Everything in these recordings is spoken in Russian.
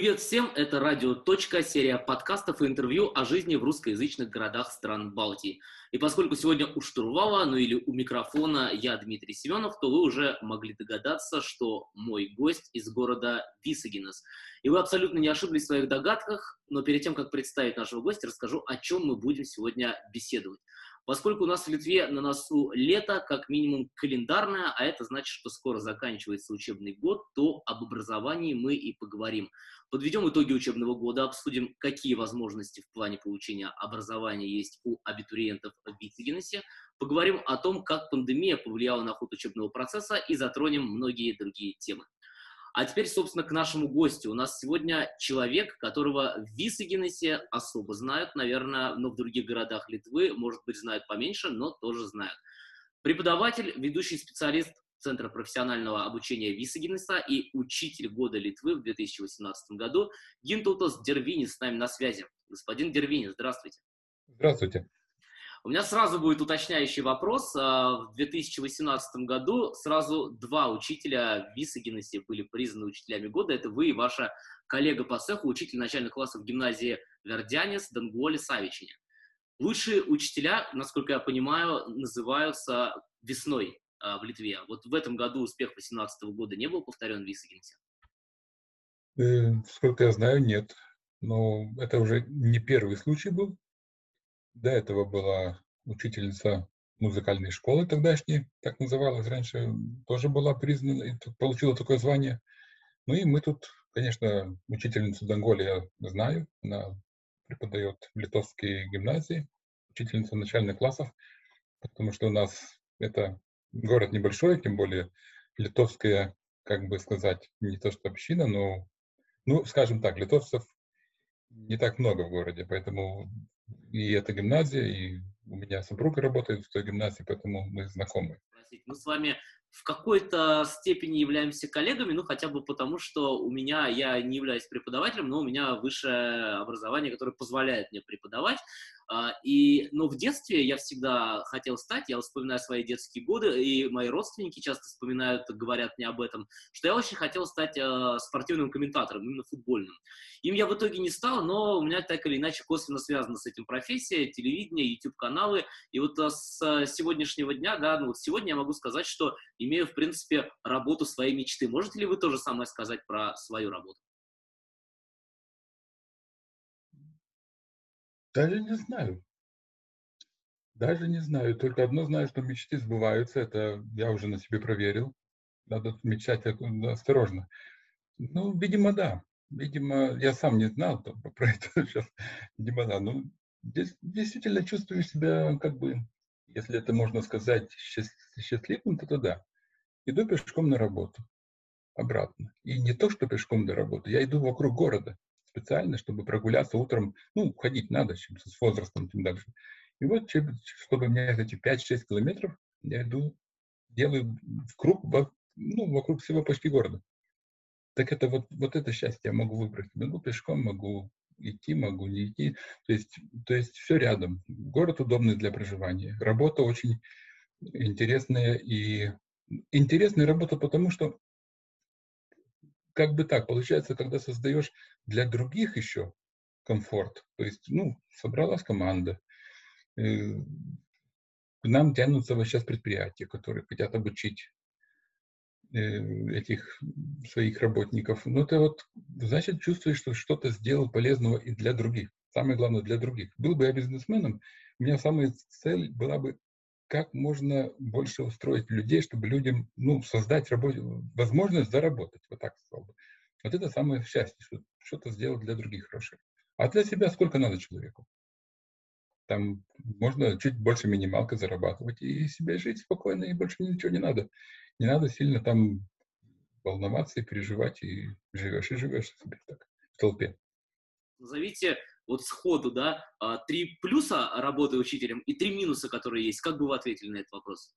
Привет всем, это Радио Точка, серия подкастов и интервью о жизни в русскоязычных городах стран Балтии. И поскольку сегодня у штурвала, ну или у микрофона я, Дмитрий Семенов, то вы уже могли догадаться, что мой гость из города Висагинес. И вы абсолютно не ошиблись в своих догадках, но перед тем, как представить нашего гостя, расскажу, о чем мы будем сегодня беседовать. Поскольку у нас в Литве на носу лето, как минимум календарное, а это значит, что скоро заканчивается учебный год, то об образовании мы и поговорим. Подведем итоги учебного года, обсудим, какие возможности в плане получения образования есть у абитуриентов в Висагинесе, поговорим о том, как пандемия повлияла на ход учебного процесса и затронем многие другие темы. А теперь, собственно, к нашему гостю. У нас сегодня человек, которого в Висагинесе особо знают, наверное, но в других городах Литвы, может быть, знают поменьше, но тоже знают. Преподаватель, ведущий специалист Центра профессионального обучения Висагинеса и учитель года Литвы в 2018 году Гинтаутас Дервинис с нами на связи. Господин Дервинис, здравствуйте. Здравствуйте. У меня сразу будет уточняющий вопрос. В 2018 году сразу два учителя в Висагинесе были признаны учителями года. Это вы и ваша коллега по цеху, учитель начальных классов гимназии Вердянис Дангуоли Савичине. Лучшие учителя, насколько я понимаю, называются весной в Литве. Вот в этом году успех 2018 года не был повторен в Висагинесе? Сколько я знаю, нет. Но это уже не первый случай был. До этого была учительница музыкальной школы тогдашней, так называлась раньше, тоже была признана и получила такое звание. Ну и мы тут, конечно, учительницу Данголи я знаю. Она преподает в литовской гимназии, учительница начальных классов, потому что у нас это город небольшой, тем более литовская, как бы сказать, не то что община, но, ну, скажем так, литовцев не так много в городе, поэтому и эта гимназия, и у меня супруга работает в той гимназии, поэтому мы знакомы. Простите, мы с вами в какой-то степени являемся коллегами, ну, хотя бы потому, что я не являюсь преподавателем, но у меня высшее образование, которое позволяет мне преподавать. Но в детстве я всегда хотел стать, я вспоминаю свои детские годы, и мои родственники часто вспоминают, говорят мне об этом, что я очень хотел стать спортивным комментатором, именно футбольным. Им я в итоге не стал, но у меня так или иначе косвенно связана с этим профессия, телевидение, YouTube-каналы. И вот с сегодняшнего дня, да, ну вот сегодня я могу сказать, что имею, в принципе, работу своей мечты. Можете ли вы то же самое сказать про свою работу? Даже не знаю. Даже не знаю. Только одно знаю, что мечты сбываются. Это я уже на себе проверил. Надо мечтать осторожно. Ну, видимо, да. Видимо, я сам не знал про это сейчас. Видимо, да. Ну, здесь действительно чувствую себя, как бы, если это можно сказать, счастливым, то да. Иду пешком на работу, обратно. И не то, что пешком до работы, я иду вокруг города специально, чтобы прогуляться утром. Ну, ходить надо, чем с возрастом, тем дальше. И вот, чтобы мне эти 5-6 километров, я иду, делаю в круг, вокруг всего почти города. Так это вот это счастье я могу выбрать. Могу пешком, могу идти, могу не идти. То есть все рядом. Город удобный для проживания. Работа очень интересная. И интересная работа, потому что как бы так, получается, когда создаешь для других еще комфорт, то есть, ну, собралась команда, к нам тянутся вот сейчас предприятия, которые хотят обучить этих своих работников. Ну, это вот, значит, чувствуешь, что что-то сделал полезного и для других. Самое главное, для других. Был бы я бизнесменом, у меня самая цель была бы, как можно больше устроить людей, чтобы людям, ну, создать возможность заработать, вот так сказал бы. Вот это самое счастье, что что-то сделать для других хорошее. А для себя сколько надо человеку? Там можно чуть больше минималка зарабатывать и себе жить спокойно, и больше ничего не надо. Не надо сильно там волноваться и переживать, и живешь себе так в толпе. Назовите вот сходу, да, 3 плюса работы учителем и 3 минуса, которые есть. Как бы вы ответили на этот вопрос?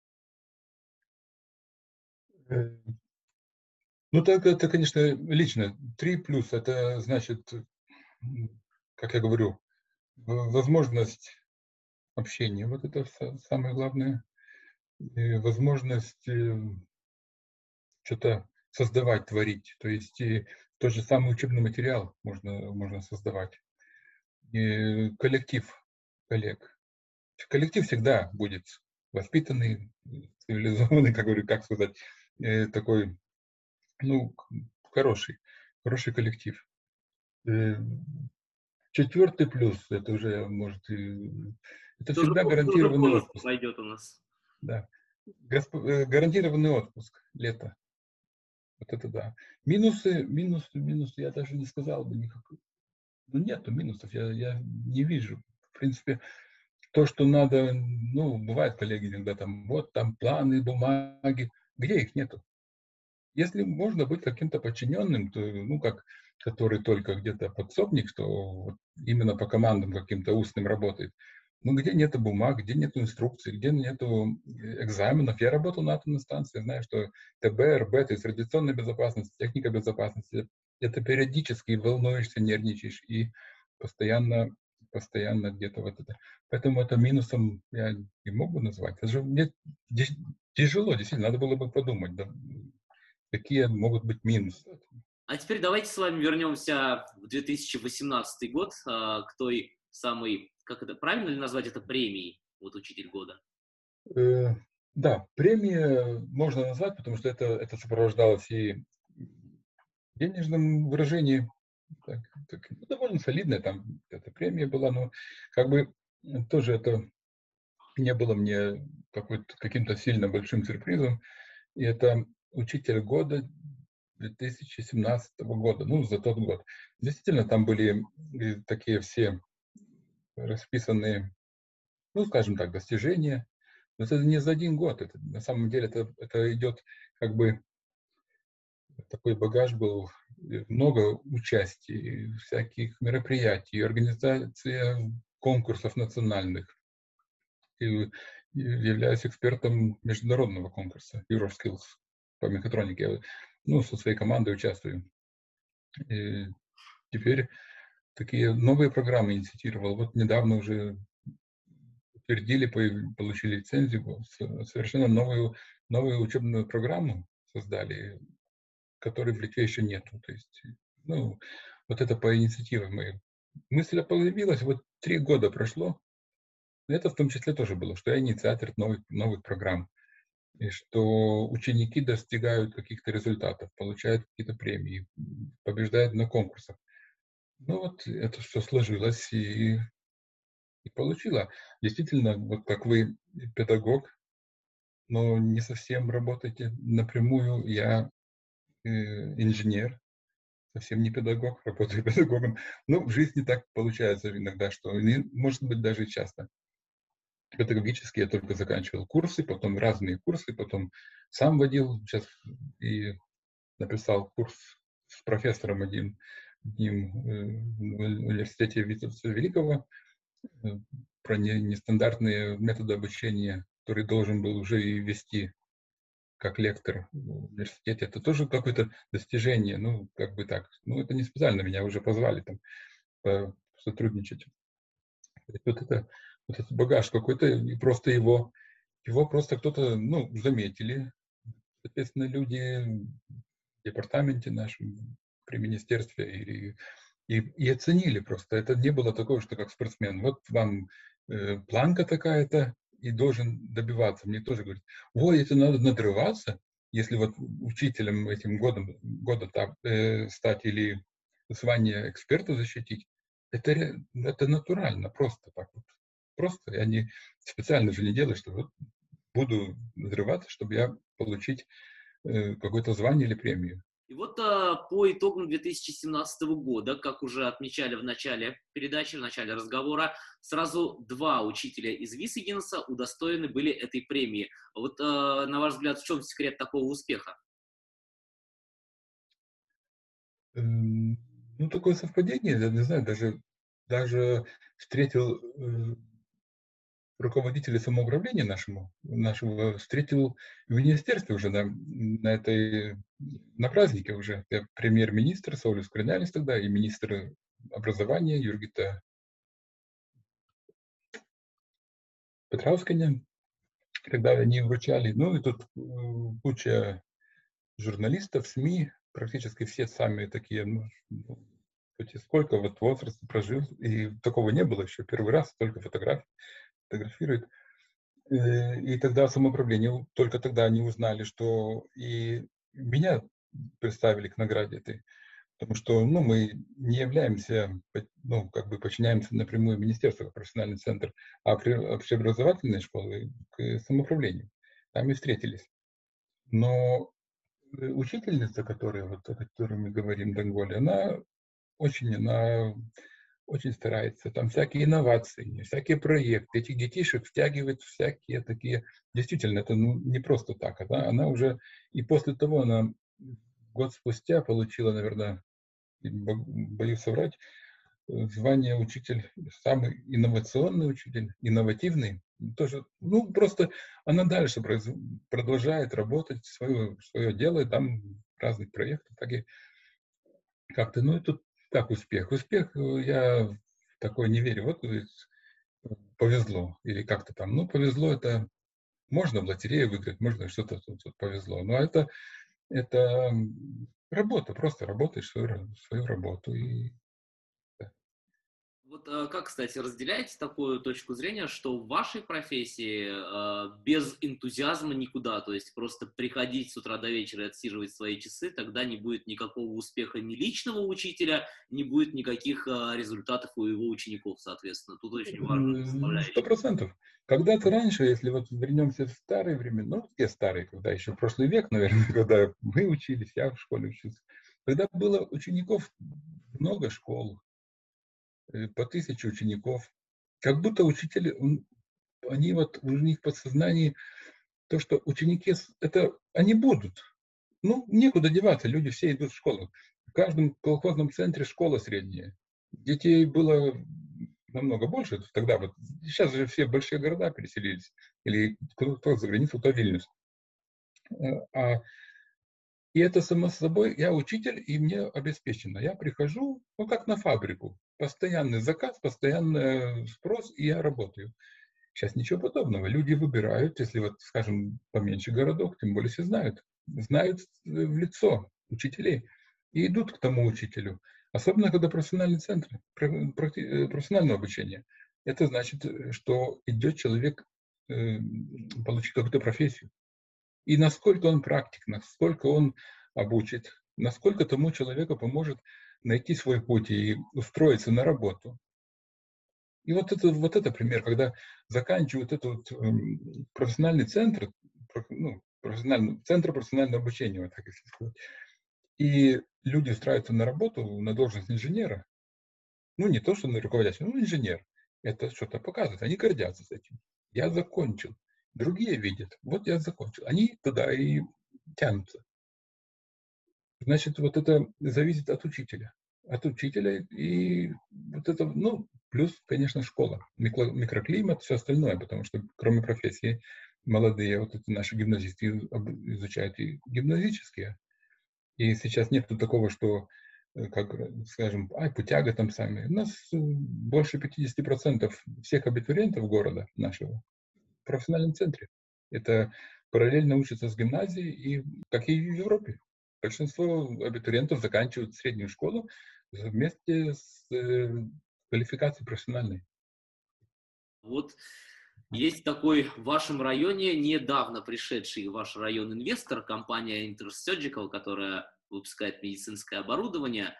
Э, Ну, так это, конечно, лично. 3 плюс, это значит, как я говорю, возможность общения. Вот это самое главное. И возможность что-то создавать, творить. То есть тот же самый учебный материал можно создавать. И коллектив коллег. Коллектив всегда будет воспитанный, цивилизованный, как говорю, как сказать, такой, ну, хороший коллектив. Э, Четвертый плюс, это уже может это всегда Это уже гарантированный бонус отпуск. пойдет у нас. Да. Гарантированный отпуск, лето. Вот это да. Минусы я даже не сказал бы никаких. Ну, нету минусов, я не вижу. В принципе, то, что надо, ну, бывает, коллеги иногда там, вот там планы, бумаги. Где их нету? Если можно быть каким-то подчиненным, то, ну, как, который только где-то подсобник, что вот именно по командам каким-то устным работает. Ну, где нету бумаг, где нету инструкций, где нету экзаменов. Я работал на атомной станции, знаю, что ТБ, РБ, то есть радиационная безопасность, техника безопасности, это периодически волнуешься, нервничаешь и постоянно, постоянно где-то вот это. Поэтому это минусом я не мог бы назвать. Это же мне тяжело, действительно, надо было бы подумать, да, какие могут быть минусы. А теперь давайте с вами вернемся в 2018 год, к той самой, как это, правильно ли назвать это премией, вот «Учитель года»? Э, Да, премия можно назвать, потому что это сопровождалось и денежным выражением, ну, довольно солидная там эта премия была, но как бы тоже это не было мне каким-то сильно большим сюрпризом. И это учитель года 2017 года, ну, за тот год. Действительно, там были такие все расписанные, ну, скажем так, достижения. Но это не за один год. Это, на самом деле это идет как бы такой багаж был, много участий, всяких мероприятий, организация конкурсов национальных. И являюсь экспертом международного конкурса EuroSkills по мехатронике. Я, ну, со своей командой участвую. И теперь такие новые программы инициировал. Вот недавно уже утвердили, получили лицензию, совершенно новую учебную программу создали, которой в Литве еще нету. То есть, ну, вот это по инициативе моей. Мысль появилась, вот 3 года прошло. Это в том числе тоже было, что я инициатор новых программ, и что ученики достигают каких-то результатов, получают какие-то премии, побеждают на конкурсах. Ну вот это все сложилось и получило. Действительно, вот как вы педагог, но не совсем работаете напрямую. Я инженер, совсем не педагог, работаю педагогом. Но в жизни так получается иногда, что может быть даже и часто. Педагогически я только заканчивал курсы, потом разные курсы, потом сам водил, сейчас и написал курс с профессором одним в университете Витовта Великого э, про нестандартные методы обучения, который должен был уже и вести как лектор в университете. Это тоже какое-то достижение, ну, как бы так. Ну, это не специально, меня уже позвали там сотрудничать. Вот этот багаж какой-то, и просто его просто кто-то, ну, заметили, соответственно, люди в департаменте нашем, при министерстве, и оценили просто. Это не было такого, что как спортсмен. Вот вам планка такая-то, и должен добиваться. Мне тоже говорят, ой, это надо надрываться, если вот учителем этим года стать или звание эксперта защитить. Это натурально, просто так вот. Просто я не специально же не делаю, что вот буду надрываться, чтобы я получить какое-то звание или премию. И вот по итогам 2017 года, как уже отмечали в начале передачи, в начале разговора, сразу 2 учителя из Висагенса удостоены были этой премии. Вот, на ваш взгляд, в чем секрет такого успеха? Ну, такое совпадение, я не знаю, даже встретил руководителя самоуправления нашего встретил в министерстве уже на празднике уже. Я премьер-министр Саулис Скрынялис тогда и министр образования Юргита Петраусканя. Когда они вручали, ну и тут куча журналистов, СМИ, практически все сами такие, хоть и сколько вот возраста прожил, и такого не было еще. Первый раз только фотографирует. И тогда самоуправление, только тогда они узнали, что и меня представили к награде этой. Потому что, мы не являемся, как бы подчиняемся напрямую министерству, как профессиональный центр, а общеобразовательные школы к самоуправлению. Там и встретились. Но учительница, о которой мы говорим, Данголи, она очень старается. Там всякие инновации, всякие проекты. Этих детишек втягивают всякие такие. Действительно, это не просто так. Она уже, и после того она год спустя получила, наверное, боюсь соврать, звание учитель, самый инновационный учитель, инновативный. Тоже, просто она дальше продолжает работать, свое делает, там разных проектов, так и как-то, и тут как успех. Успех, я в такой не верю. Вот повезло, или как-то там. Повезло это, можно в лотерею выиграть, можно что-то тут повезло. Но это работа, просто работаешь свою работу. И Вот как, кстати, разделяете такую точку зрения, что в вашей профессии без энтузиазма никуда, то есть просто приходить с утра до вечера и отсиживать свои часы, тогда не будет никакого успеха ни личного учителя, не будет никаких результатов у его учеников, соответственно. Тут очень важная составляющая. 100%. Когда-то раньше, если вот вернемся в старые времена, где старые, когда еще прошлый век, наверное, когда мы учились, я в школе учился, когда было учеников много школ, по 1000 учеников, как будто учитель, они у них в подсознании то, что ученики, они будут. Некуда деваться, люди все идут в школу. В каждом колхозном центре школа средняя. Детей было намного больше тогда. Вот сейчас же все большие города переселились. Или кто за границу, кто в Вильнюс. И это само собой, я учитель, и мне обеспечено. Я прихожу, как на фабрику. Постоянный заказ, постоянный спрос, и я работаю. Сейчас ничего подобного. Люди выбирают, если скажем, поменьше городок, тем более все знают в лицо учителей и идут к тому учителю. Особенно, когда профессиональные центры, профессиональное обучение. Это значит, что идет человек получить какую-то профессию. И насколько он практик, насколько он обучит, насколько тому человеку поможет найти свой путь и устроиться на работу. И вот это пример, когда заканчивают этот профессиональный центр, центр профессионального обучения, вот так если сказать, и люди устраиваются на работу, на должность инженера, не то, что на руководящего, инженер, это что-то показывает, они гордятся с этим. Я закончил. Другие видят, вот я закончил. Они туда и тянутся. Значит, вот это зависит от учителя. От учителя и вот это, плюс, конечно, школа, микроклимат, все остальное, потому что кроме профессии молодые, вот эти наши гимназисты изучают и гимназические. И сейчас нет такого, что, как скажем, путяга там сами. У нас больше 50% всех абитуриентов города нашего в профессиональном центре. Это параллельно учатся с гимназией, и как и в Европе. Большинство абитуриентов заканчивают среднюю школу вместе с квалификацией профессиональной. Вот есть такой в вашем районе недавно пришедший в ваш район инвестор, компания Intersurgical, которая выпускает медицинское оборудование.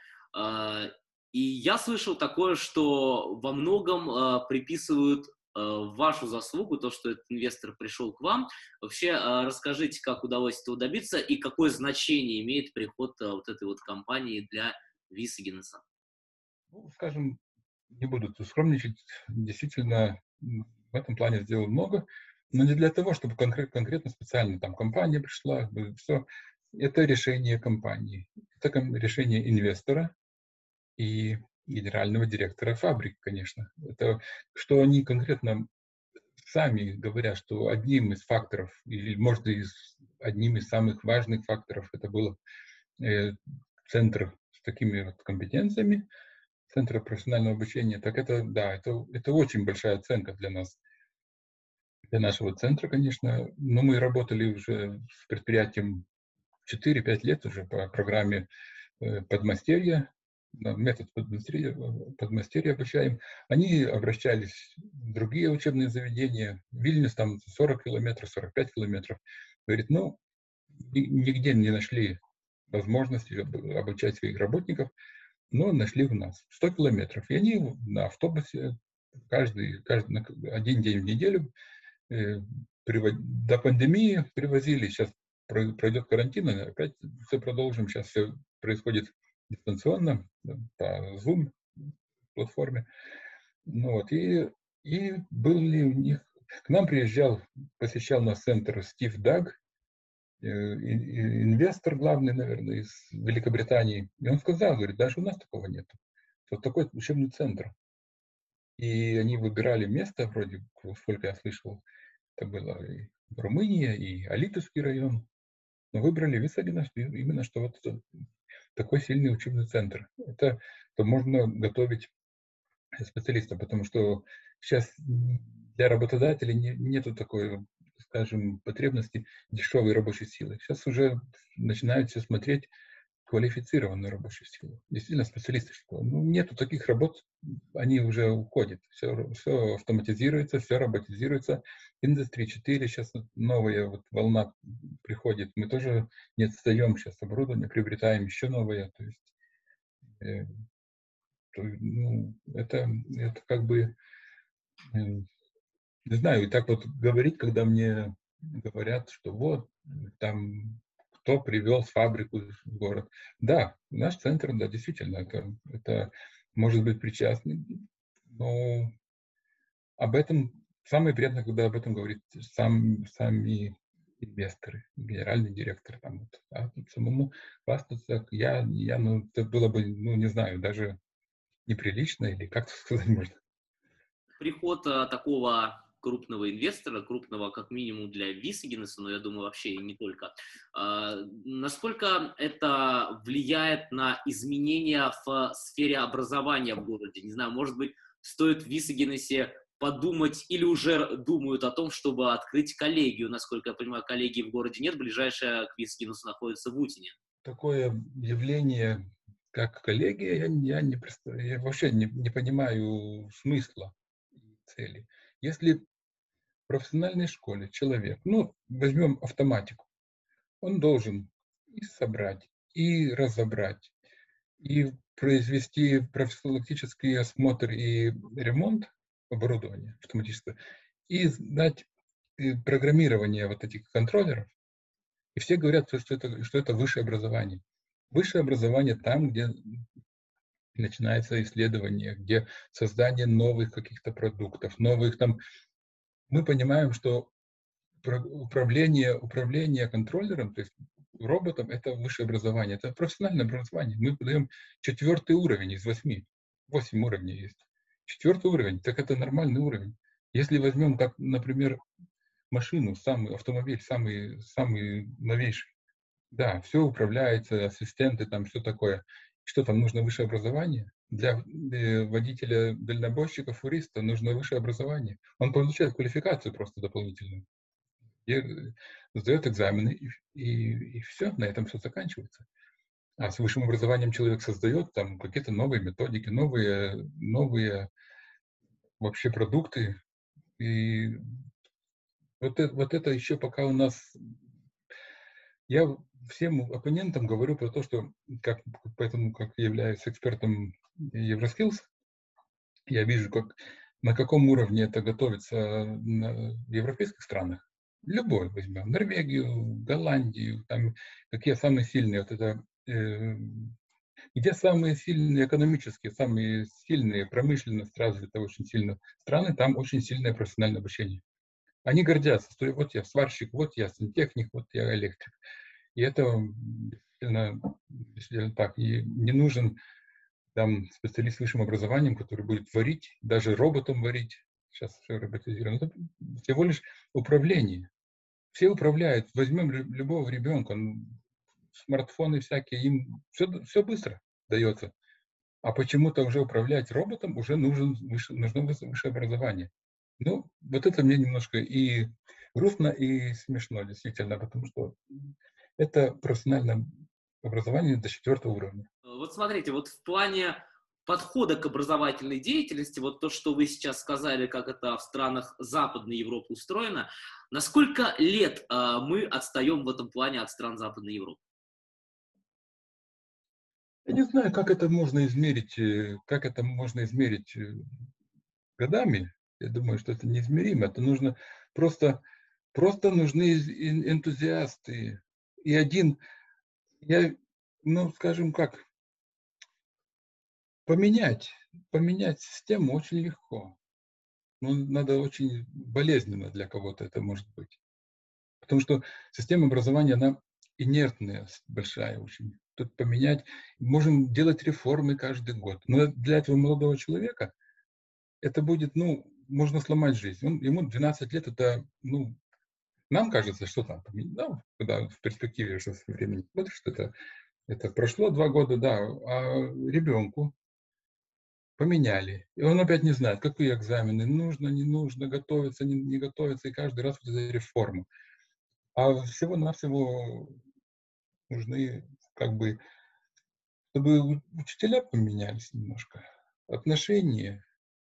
И я слышал такое, что во многом приписывают вашу заслугу, то, что этот инвестор пришел к вам. Вообще, расскажите, как удалось этого добиться и какое значение имеет приход вот этой вот компании для Висагенеса? Скажем, не буду тут скромничать, действительно, в этом плане сделал много, но не для того, чтобы конкретно специально там компания пришла, все. Это решение компании, это решение инвестора и генерального директора фабрик, конечно. Это что они конкретно сами говорят, что одним из факторов, или, может, одним из самых важных факторов это было центр с такими вот компетенциями, центра профессионального обучения, так это, да, это очень большая оценка для нас, для нашего центра, конечно. Но мы работали уже с предприятием 4-5 лет уже по программе подмастерья, метод подмастерья обучаем. Они обращались в другие учебные заведения. Вильнюс там 40 километров, 45 километров. Говорит, ну, нигде не нашли возможности обучать своих работников, но нашли в нас 100 километров. И они на автобусе каждый один день в неделю до пандемии привозили. Сейчас пройдет карантин, и опять все продолжим. Сейчас все происходит дистанционно, по Zoom платформе. Ну, вот, и был ли у них... К нам посещал нас центр Стив Даг, инвестор главный, наверное, из Великобритании. И он сказал, говорит, даже у нас такого нет. Вот такой учебный центр. И они выбирали место, вроде, сколько я слышал, это было и Румыния, и Алитовский район. Но выбрали Висагина именно, что вот такой сильный учебный центр. Это можно готовить специалистов, потому что сейчас для работодателей нету такой, скажем, потребности дешевой рабочей силы. Сейчас уже начинают все смотреть квалифицированную рабочую силу. Действительно, специалисты, что нету таких работ, они уже уходят. Все автоматизируется, все роботизируется. Индустрия 4 сейчас новая волна приходит. Мы тоже не отстаем сейчас, оборудование приобретаем еще новое. То есть, это как бы, не знаю, и так вот говорить, когда мне говорят, что вот, там, кто привел фабрику в город. Да, наш центр, да, действительно, это может быть причастный, но об этом самое приятное, когда об этом говорит сами инвесторы, генеральный директор. Там, вот, а тут самому хвастаться, это было бы, не знаю, даже неприлично, или как сказать можно. Приход такого крупного инвестора, крупного как минимум для Висагинеса, но я думаю вообще и не только. Насколько это влияет на изменения в сфере образования в городе? Не знаю, может быть, стоит в Висагинесе подумать или уже думают о том, чтобы открыть коллегию. Насколько я понимаю, коллегии в городе нет, ближайшая к Висагинесу находится в Утине. Такое явление, как коллегия, я вообще не понимаю смысла и цели. Если в профессиональной школе человек, возьмем автоматику, он должен и собрать, и разобрать, и произвести профилактический осмотр и ремонт оборудования автоматического, и знать программирование вот этих контроллеров. И все говорят, что это высшее образование. Высшее образование там, где начинается исследование, где создание новых каких-то продуктов, новых там. Мы понимаем, что управление контроллером, то есть роботом, это высшее образование, это профессиональное образование. Мы подаем 4 уровень из 8. 8 уровней есть. 4 уровень, так это нормальный уровень. Если возьмем, как, например, машину, автомобиль, самый новейший, да, все управляется, ассистенты, там все такое. Что там, нужно высшее образование? Для водителя, дальнобойщика, фуриста нужно высшее образование. Он получает квалификацию просто дополнительную. И сдает экзамены, и все, на этом все заканчивается. А с высшим образованием человек создает там какие-то новые методики, новые вообще продукты. И вот это еще пока у нас... Я всем оппонентам говорю про то, что поэтому как являюсь экспертом Евроскиллс, я вижу, на каком уровне это готовится в европейских странах. Любой возьмем, Норвегию, Голландию, там какие самые сильные, где самые сильные экономические, самые сильные промышленность развитые очень сильно страны, там очень сильное профессиональное обучение. Они гордятся, что вот я сварщик, вот я сантехник, вот я электрик. И это действительно так. И не нужен там специалист с высшим образованием, который будет варить, даже роботом варить. Сейчас все роботизировано. Это всего лишь управление. Все управляют. Возьмем любого ребенка, смартфоны всякие, им все быстро дается. А почему-то уже управлять роботом уже нужно высшее образование. Вот это мне немножко и грустно, и смешно, действительно, потому что Это профессиональное образование до 4-го уровня. Вот смотрите, вот в плане подхода к образовательной деятельности, вот то, что вы сейчас сказали, как это в странах Западной Европы устроено, на сколько лет мы отстаем в этом плане от стран Западной Европы? Я не знаю, как это можно измерить годами. Я думаю, что это неизмеримо. Это нужно просто, просто нужны энтузиасты. И один, я, ну, скажем как, поменять, поменять систему очень легко. Но надо очень болезненно для кого-то это может быть. Потому что система образования, она инертная, большая очень. Тут поменять, можем делать реформы каждый год. Но для этого молодого человека это будет, ну, можно сломать жизнь. Ему 12 лет, это, ну, нам кажется, что там, да, когда в перспективе уже со временем смотришь, что это прошло 2 года, да, а ребенку поменяли. И он опять не знает, какие экзамены нужно, не нужно, готовиться, не готовиться, и каждый раз вот эта реформа. А всего-навсего нужны, как бы, чтобы учителя поменялись немножко, отношения.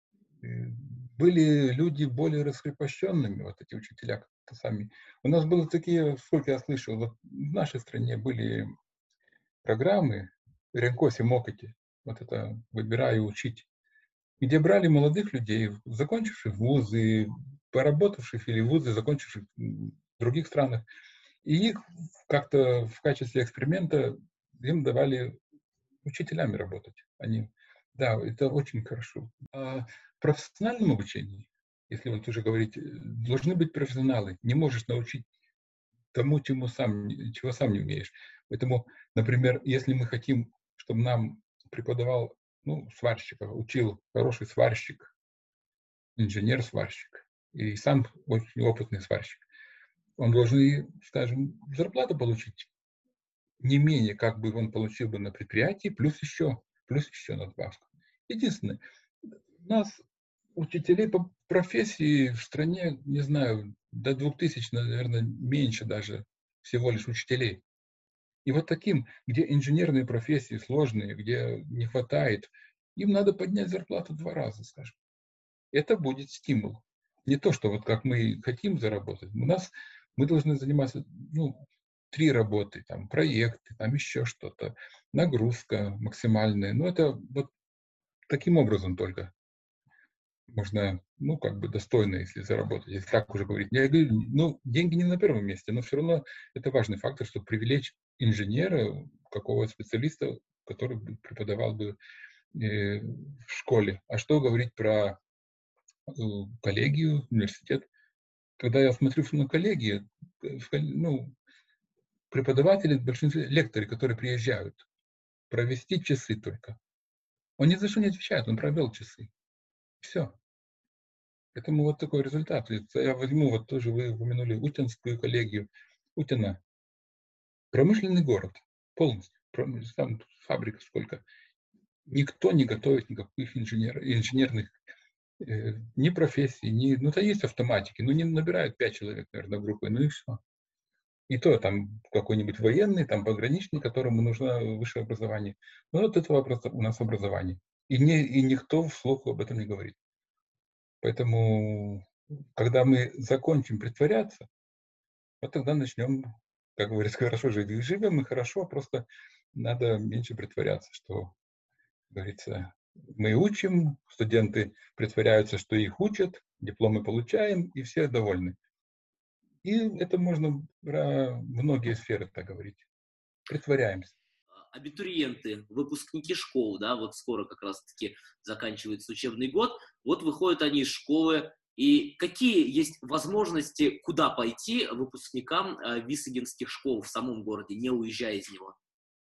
Были люди более раскрепощенными, вот эти учителя как-то сами. У нас было такие, сколько я слышал, вот в нашей стране были программы Ренкоси Мокоти, вот это «Выбирай и учить», где брали молодых людей, закончивших вузы, поработавших или вузы, закончивших в других странах, и их как-то в качестве эксперимента им давали учителями работать. Да, это очень хорошо. А в профессиональном обучении, если вот уже говорить, должны быть профессионалы. Не можешь научить тому, чего сам не умеешь. Поэтому, например, если мы хотим, чтобы нам преподавал, ну, сварщика, учил хороший сварщик, инженер-сварщик, и сам очень опытный сварщик, он должен, скажем, зарплату получить не менее, как бы он получил бы на предприятии, плюс еще надбавку. Единственное, у нас учителей по профессии в стране, не знаю, до 2000, наверное, меньше даже всего лишь учителей. И вот таким, где инженерные профессии сложные, где не хватает, им надо поднять зарплату 2 раза, скажем. Это будет стимул. Не то, что вот как мы хотим заработать. Мы должны заниматься, ну, 3 работы, там, проекты, там еще что-то, нагрузка максимальная. Но это вот таким образом только можно, ну, как бы достойно, если заработать, если так уже говорить. Я говорю, ну, деньги не на первом месте, но все равно это важный фактор, чтобы привлечь инженера, какого специалиста, который преподавал бы в школе. А что говорить про коллегию, университет? Когда я смотрю на коллегии, ну, преподаватели, в большинстве лекторы, которые приезжают, провести часы только. Он ни за что не отвечает, он провел часы. Все. Поэтому вот такой результат. Я возьму, вот тоже вы упомянули Утинскую коллегию. Утина — промышленный город полностью. Там фабрик сколько. Никто не готовит никаких инженерных ни профессий, ну, то есть автоматики, но не набирают 5 человек, наверное, группой, ну и все. И то там какой-нибудь военный, там пограничный, которому нужно высшее образование. Но вот этого у нас образование. И никто вслух об этом не говорит. Поэтому, когда мы закончим притворяться, вот тогда начнем, как говорится, хорошо жить. И живем мы хорошо, просто надо меньше притворяться, что, как говорится, мы учим, студенты притворяются, что их учат, дипломы получаем, и все довольны. И это можно про многие сферы так говорить. Притворяемся. Абитуриенты, выпускники школ, да, вот скоро как раз-таки заканчивается учебный год, вот выходят они из школы, и какие есть возможности, куда пойти выпускникам висагенских школ в самом городе, не уезжая из него?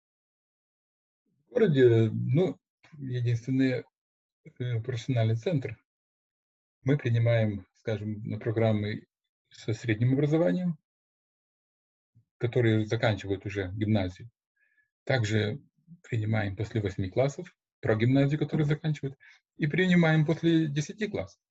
В городе, ну, единственный профессиональный центр. Мы принимаем, скажем, на программы со средним образованием, которые заканчивают уже гимназию. Также принимаем после 8 классов, про гимназию, которые заканчивают, и принимаем после 10 классов.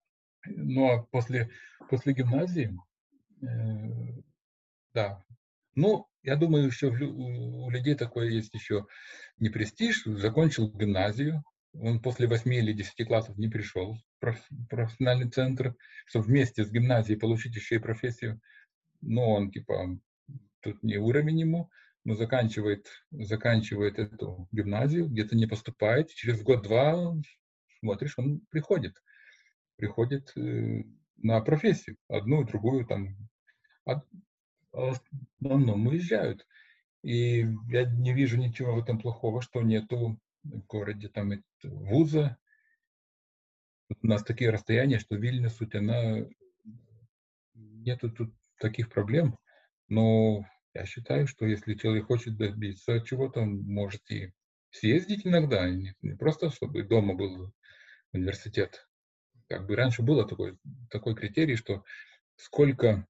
Ну, а после гимназии, да, Ну, я думаю, еще у людей такое есть еще не престиж. Закончил гимназию. Он после 8 или 10 классов не пришел в профессиональный центр, чтобы вместе с гимназией получить еще и профессию. Но он, типа, тут не уровень ему, но заканчивает эту гимназию, где-то не поступает. Через год-два, смотришь, он приходит на профессию, одну, другую, там, а в основном уезжают. И я не вижу ничего в этом плохого, что нету в городе там вуза. У нас такие расстояния, что Вильнюс, Утена, нету тут таких проблем. Но я считаю, что если человек хочет добиться чего-то, он может и съездить иногда, и не просто чтобы дома был университет. Как бы раньше было такой критерий, что сколько,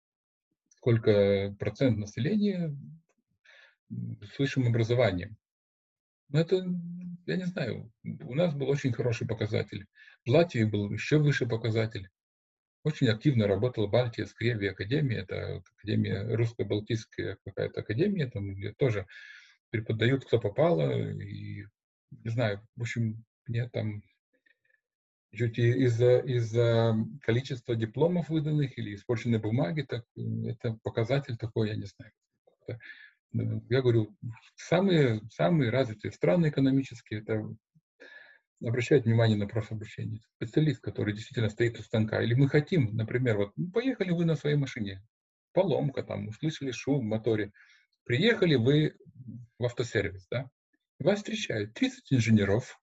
сколько процент населения с высшим образованием. Но это, я не знаю, у нас был очень хороший показатель. В Латвии был еще выше показатель. Очень активно работала Балтия, Скреви Академия, это академия, русско-балтийская какая-то академия, там, где тоже преподают кто попало, и не знаю, в общем, мне там чуть из-за количества дипломов выданных или испорченной бумаги, так, это показатель такой, я не знаю. Я говорю, самые развитые страны экономические, это обращают внимание на профобучение. Специалист, который действительно стоит у станка. Или мы хотим, например, вот поехали вы на своей машине, поломка там, услышали шум в моторе, приехали вы в автосервис, да, вас встречают 30 инженеров,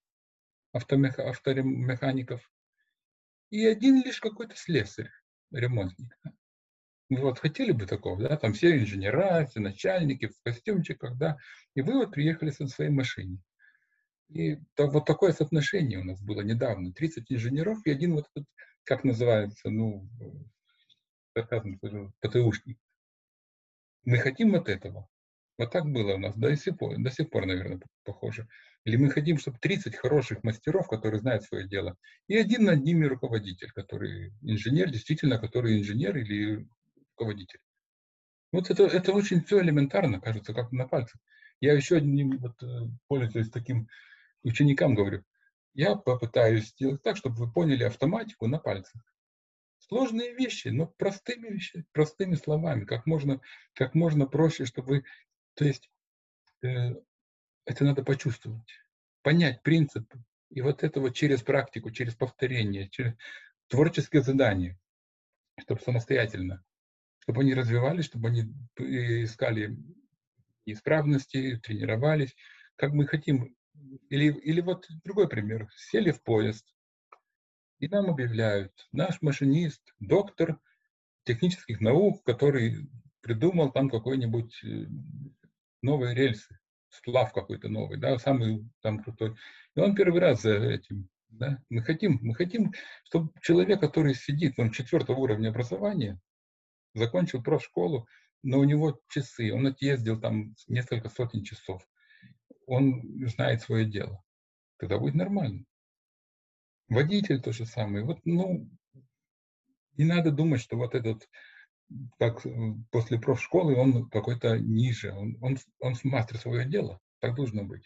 автомехаников и один лишь какой-то слесарь, ремонтник. Вы вот хотели бы такого, да, там все инженера, все начальники в костюмчиках, да, и вы вот приехали со своей машиной. И вот такое соотношение у нас было недавно. 30 инженеров и один вот этот, как называется, ну, сарказм скажу, ПТУшник. Мы хотим вот этого. Вот так было у нас до сих пор, наверное, похоже. Или мы хотим, чтобы 30 хороших мастеров, которые знают свое дело, и один над ними руководитель, который инженер, действительно, который инженер или руководитель. Вот это очень все элементарно, кажется, как на пальцах. Я еще одним, вот, пользуясь таким ученикам, говорю, я попытаюсь сделать так, чтобы вы поняли автоматику на пальцах. Сложные вещи, но простыми словами, как можно проще, чтобы вы, то есть э, это надо почувствовать, понять принцип, и вот это вот через практику, через повторение, через творческие задания, чтобы самостоятельно, чтобы они развивались, чтобы они искали неисправности, тренировались, как мы хотим. Или вот другой пример. Сели в поезд, и нам объявляют, наш машинист, доктор технических наук, который придумал там какой-нибудь новые рельсы, сплав какой-то новый, да, самый там крутой. И он первый раз за этим. Да? Мы хотим, чтобы человек, который сидит, он 4-го уровня образования, закончил профшколу, но у него часы, он отъездил там несколько сотен часов, он знает свое дело. Тогда будет нормально. Водитель то же самое. Вот, ну, не надо думать, что вот этот, как после профшколы, он какой-то ниже. Он мастер свое дело. Так должно быть.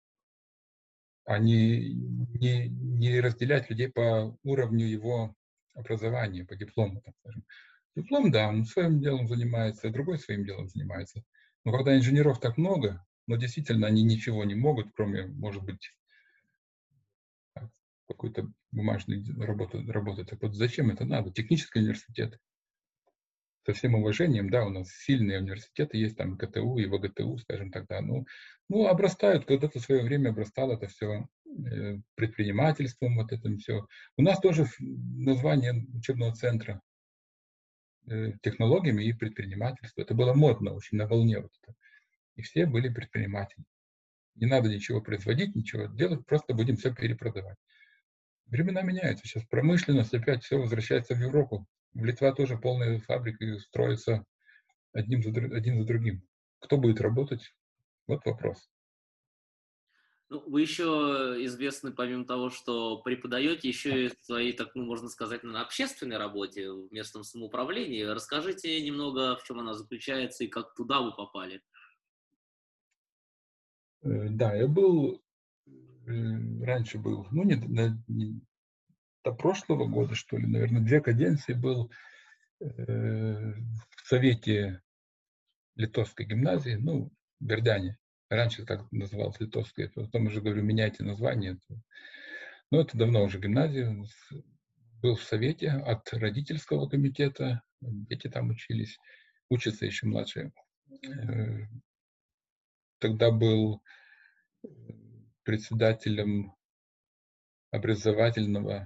А не разделять людей по уровню его образования, по диплому, так скажем. Диплом, да, он своим делом занимается, другой своим делом занимается. Но когда инженеров так много, но действительно они ничего не могут, кроме, может быть, какой-то бумажной работы. Так вот зачем это надо? Технический университет. Со всем уважением, да, у нас сильные университеты есть, там КТУ и ВГТУ, скажем так, да, ну обрастают, когда-то в свое время обрастало это все предпринимательством, вот этим все. У нас тоже название учебного центра технологиями и предпринимательство. Это было модно очень, на волне вот это. И все были предприниматели. Не надо ничего производить, ничего делать, просто будем все перепродавать. Времена меняются. Сейчас промышленность опять все возвращается в Европу. В Литва тоже полные фабрики строятся один за другим. Кто будет работать? Вот вопрос. Ну, вы еще известны, помимо того, что преподаете, еще и в своей, так, ну, можно сказать, на общественной работе в местном самоуправлении. Расскажите немного, в чем она заключается и как туда вы попали. Да, я был, раньше был, ну, до прошлого года, что ли, наверное, 2 каденции был в совете Литовской гимназии, ну, в Бердяне. Раньше так называлось Литовская, потом уже говорю, меняйте название. Но это давно уже гимназия. Был в совете от родительского комитета, дети там учились, учатся еще младшие. Э, Тогда был председателем образовательного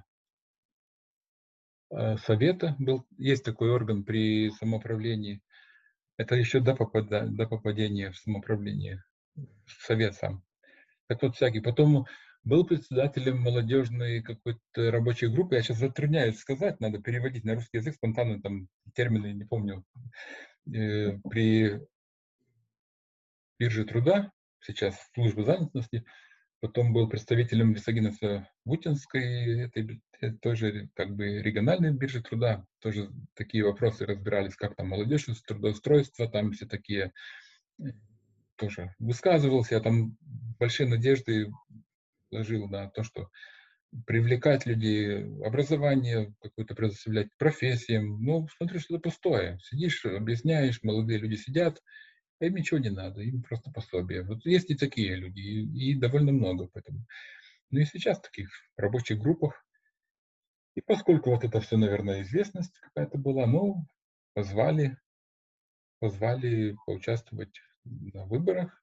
совета. Есть такой орган при самоуправлении. Это еще до попадения в самоуправление, в совет сам. Так вот, всякий. Потом был председателем молодежной какой-то рабочей группы. Я сейчас затрудняюсь сказать, надо переводить на русский язык, спонтанно там термины не помню. При бирже труда, сейчас служба занятости. Потом был представителем Висагиновца-Бутинской, тоже как бы региональной биржи труда. Тоже такие вопросы разбирались, как там молодежь, трудоустройство, там все такие тоже высказывался. Я там большие надежды вложил на то, что привлекать людей, образование какое-то предоставлять, профессиям. Ну, смотрю, что это пустое. Сидишь, объясняешь, молодые люди сидят, а им ничего не надо, им просто пособие. Вот есть и такие люди, и довольно много поэтому. Ну и сейчас в таких рабочих группах. И поскольку вот это все, наверное, известность какая-то была, ну, позвали, позвали поучаствовать на выборах.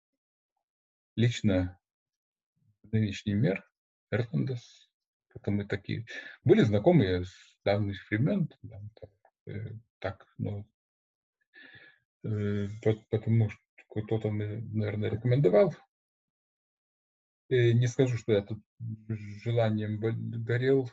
Лично нынешний мэр Эрнандес, это мы такие были знакомые с давних времен, так, ну, потому что кто-то, наверное, рекомендовал. Не скажу, что я тут желанием горел,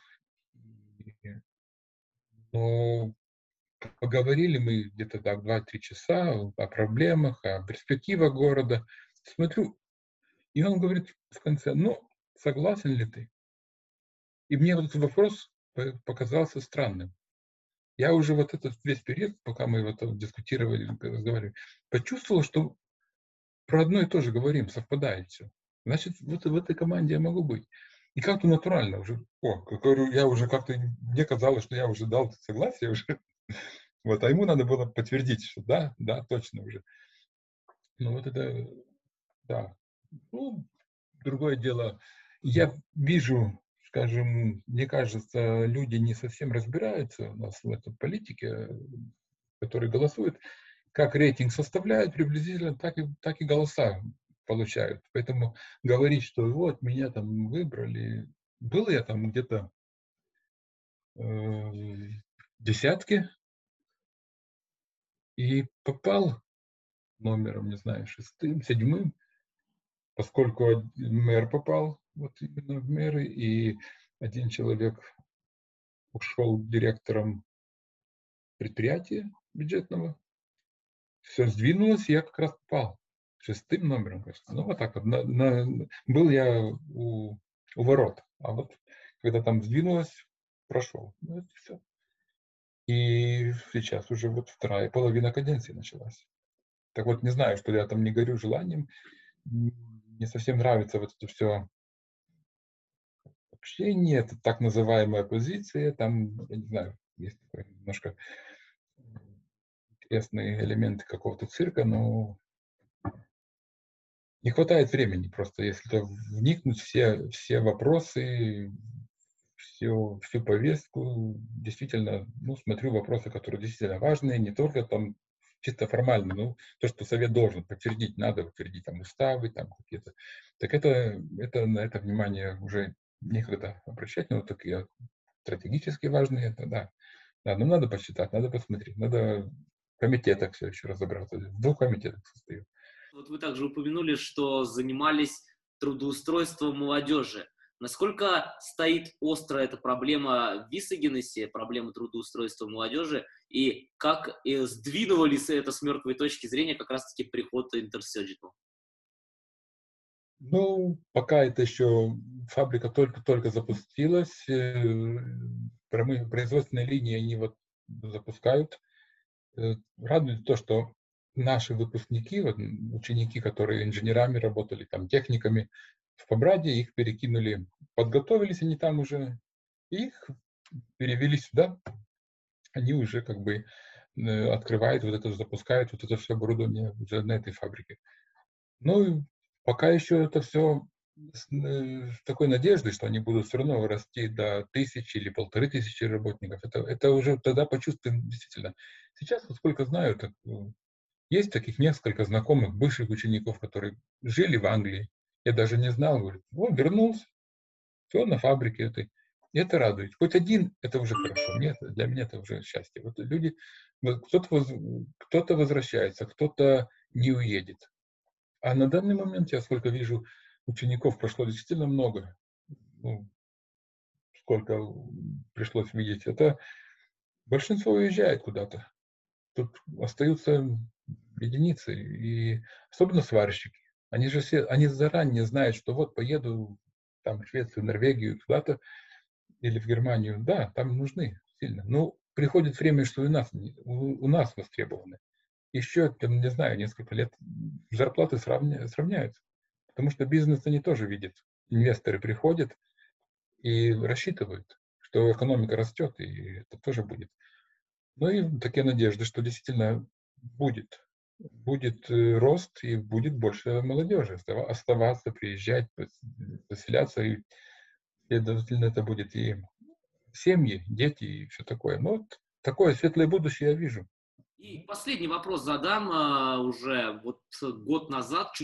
но поговорили мы где-то так 2-3 часа о проблемах, о перспективах города. Смотрю, и он говорит в конце: "Ну, согласен ли ты?" И мне вот этот вопрос показался странным. Я уже вот этот весь период, пока мы вот дискутировали, разговаривали, почувствовал, что про одно и то же говорим, совпадает все. Значит, вот в этой команде я могу быть. И как-то натурально уже, как говорю, я уже как-то, мне казалось, что я уже дал согласие уже, вот, а ему надо было подтвердить, что да, да, точно уже. Ну вот это, да. Ну, другое дело, я вижу, скажем, мне кажется, люди не совсем разбираются у нас в этой политике, которые голосуют, как рейтинг составляют приблизительно, так и голоса получают. Поэтому говорить, что вот меня там выбрали, был я там где-то в десятке и попал номером, не знаю, 6-м, 7-м, поскольку мэр попал вот именно в мэры, и один человек ушел директором предприятия бюджетного. Все сдвинулось, и я как раз попал 6-м номером, кажется. Ну, вот так вот. Был я у ворот, а вот когда там сдвинулось, прошел. Ну, это всё. И сейчас уже вот вторая половина каденции началась. Так вот, не знаю, что я там не горю желанием, не совсем нравится вот это все общение, это так называемая оппозиция, там, я не знаю, есть такой немножко интересные элементы какого-то цирка, но не хватает времени просто, если вникнуть все вопросы, всю повестку. Действительно, ну, смотрю вопросы, которые действительно важные, не только там чисто формально, ну, то, что совет должен подтвердить, надо утвердить там уставы, там какие-то. Так это на это внимание уже некогда обращать, но вот такие стратегически важные, это да. Да, ну надо посчитать, надо посмотреть, надо в комитетах все еще разобраться. В 2 комитетах состою. Вот вы также упомянули, что занимались трудоустройством молодежи. Насколько стоит остро эта проблема в Висагенесе, проблема трудоустройства молодежи, и как сдвинуло ли это с мертвой точки зрения как раз-таки приход Intersurgical? Ну, пока это еще фабрика только-только запустилась, производственные линии они вот запускают. Радует то, что наши выпускники, вот, ученики, которые инженерами работали, там, техниками в Побраде, их перекинули, подготовились они там уже, и их перевели сюда, они уже как бы открывают вот это, запускают вот это все оборудование уже на этой фабрике. Ну, и пока еще это все с такой надеждой, что они будут все равно расти до 1000 или 1500 работников. Это уже тогда почувствуем действительно. Сейчас, вот сколько знаю, так, есть таких несколько знакомых бывших учеников, которые жили в Англии. Я даже не знал, говорит, вот вернулся, все на фабрике этой. И это радует. Хоть один, это уже хорошо. Для меня это уже счастье. Вот люди, вот кто-то возвращается, кто-то не уедет. А на данный момент, я сколько вижу, учеников прошло действительно много. Ну, сколько пришлось видеть. Это большинство уезжает куда-то. Тут остаются единицы. И особенно сварщики. Они же все, они заранее знают, что вот поеду там в Швецию, Норвегию, куда-то, или в Германию. Да, там нужны сильно. Но приходит время, что у нас востребованы. Еще, там, не знаю, несколько лет зарплаты сравняются. Потому что бизнес они тоже видят. Инвесторы приходят и рассчитывают, что экономика растет, и это тоже будет. Ну и такие надежды, что действительно будет рост и будет больше молодежи оставаться, приезжать, поселяться, и, следовательно, это будет и семьи, дети и все такое. Ну, вот такое светлое будущее я вижу. И последний вопрос задам уже вот год назад,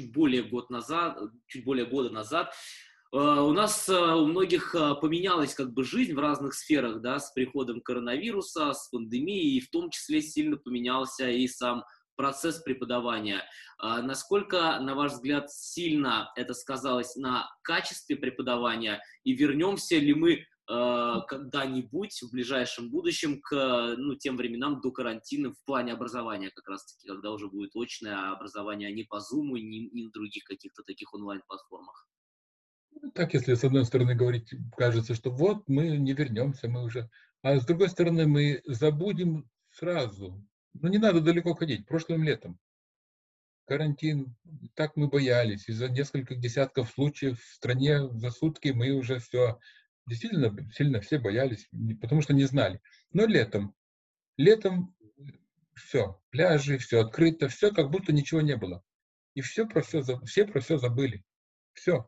чуть более года назад. У нас у многих поменялась как бы жизнь в разных сферах, да, с приходом коронавируса, с пандемией, и в том числе сильно поменялся и сам процесс преподавания. Насколько, на ваш взгляд, сильно это сказалось на качестве преподавания, и вернемся ли мы когда-нибудь в ближайшем будущем к тем временам до карантина в плане образования как раз-таки, когда уже будет очное образование, а не по Zoom и не на других каких-то таких онлайн-платформах? Ну, так, если с одной стороны говорить, кажется, что вот мы не вернемся, мы уже... А с другой стороны, мы забудем сразу. Ну, не надо далеко ходить. Прошлым летом карантин, так мы боялись. Из-за нескольких десятков случаев в стране за сутки мы уже все действительно сильно все боялись, потому что не знали. Но летом все, пляжи, все открыто, все как будто ничего не было. И все про все забыли. Все.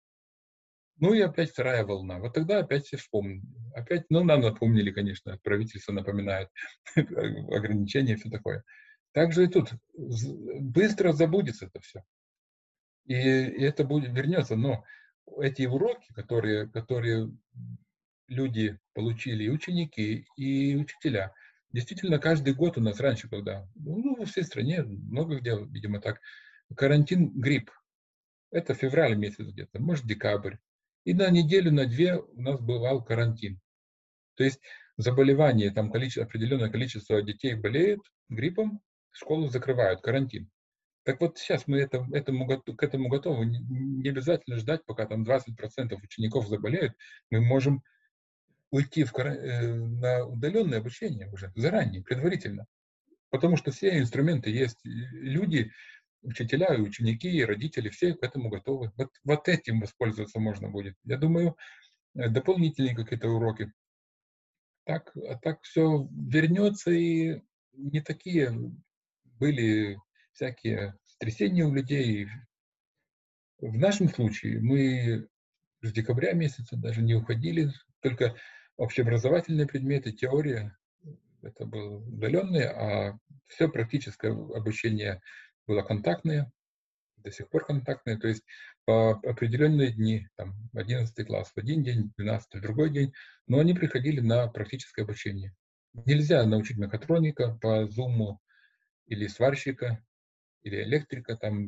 Ну и опять вторая волна. Вот тогда опять все вспомнили. Опять, ну, нам напомнили, конечно, правительство напоминает ограничения и все такое. Также и тут быстро забудется это все. И это будет, вернется. Но эти уроки, которые люди получили, и ученики, и учителя, действительно, каждый год у нас раньше, когда, ну, во всей стране, много где, видимо, так, карантин, грипп, это февраль месяц где-то, может, декабрь. И на неделю, на две у нас бывал карантин. То есть заболевание, там определенное количество детей болеют гриппом, школу закрывают, карантин. Так вот сейчас мы к этому готовы. Не обязательно ждать, пока там 20% учеников заболеют. Мы можем уйти на удаленное обучение уже заранее, предварительно. Потому что все инструменты есть. Люди, учителя, и ученики, и родители, все к этому готовы. Вот этим воспользоваться можно будет. Я думаю, дополнительные какие-то уроки. Так все вернется, и не такие были всякие стрясения у людей. В нашем случае мы с декабря месяца даже не уходили, только общеобразовательные предметы, теория, это было удаленное, а все практическое обучение было контактное, до сих пор контактные, то есть по определенные дни, там, 11 класс в один день, 12 в другой день, но они приходили на практическое обучение. Нельзя научить мехатроника по Zoom или сварщика, или электрика, там,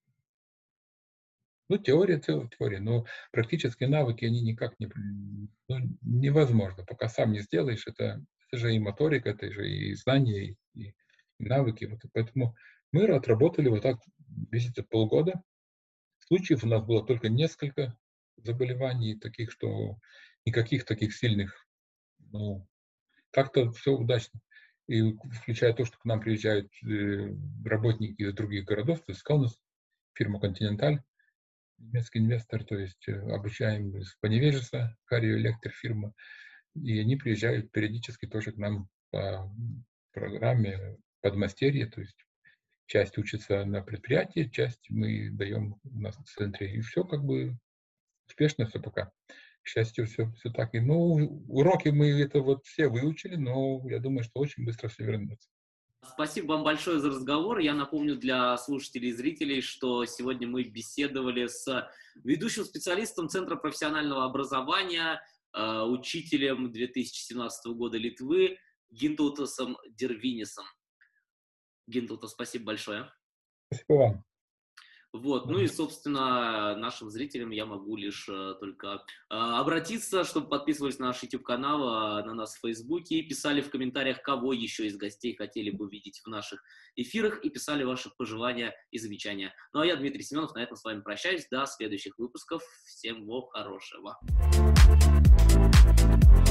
ну, теория, но практические навыки, они никак ну, невозможно. Пока сам не сделаешь, это же и моторика, это же и знания, и навыки. Вот, и поэтому мы отработали вот так весь этот полгода, случаев у нас было только несколько заболеваний таких, что никаких таких сильных, ну, как-то все удачно. И включая то, что к нам приезжают работники из других городов, то есть Каунас, фирма «Континенталь», немецкий инвестор, то есть обучаем из Поневежеса, Карио Электр фирма, и они приезжают периодически тоже к нам по программе подмастерья, то есть часть учится на предприятии, часть мы даем у нас в центре, и все как бы успешно все пока. К счастью, все так. И, ну, уроки мы это вот все выучили, но я думаю, что очень быстро все вернется. Спасибо вам большое за разговор. Я напомню для слушателей и зрителей, что сегодня мы беседовали с ведущим специалистом Центра профессионального образования, учителем 2017 года Литвы Гинтаутасом Дервинисом. Гинтаутас, спасибо большое. Спасибо вам. Вот, ну и, собственно, нашим зрителям я могу лишь только обратиться, чтобы подписывались на наш YouTube-канал, на нас в Фейсбуке, и писали в комментариях, кого еще из гостей хотели бы видеть в наших эфирах, и писали ваши пожелания и замечания. Ну а я, Дмитрий Семенов, на этом с вами прощаюсь. До следующих выпусков. Всем хорошего.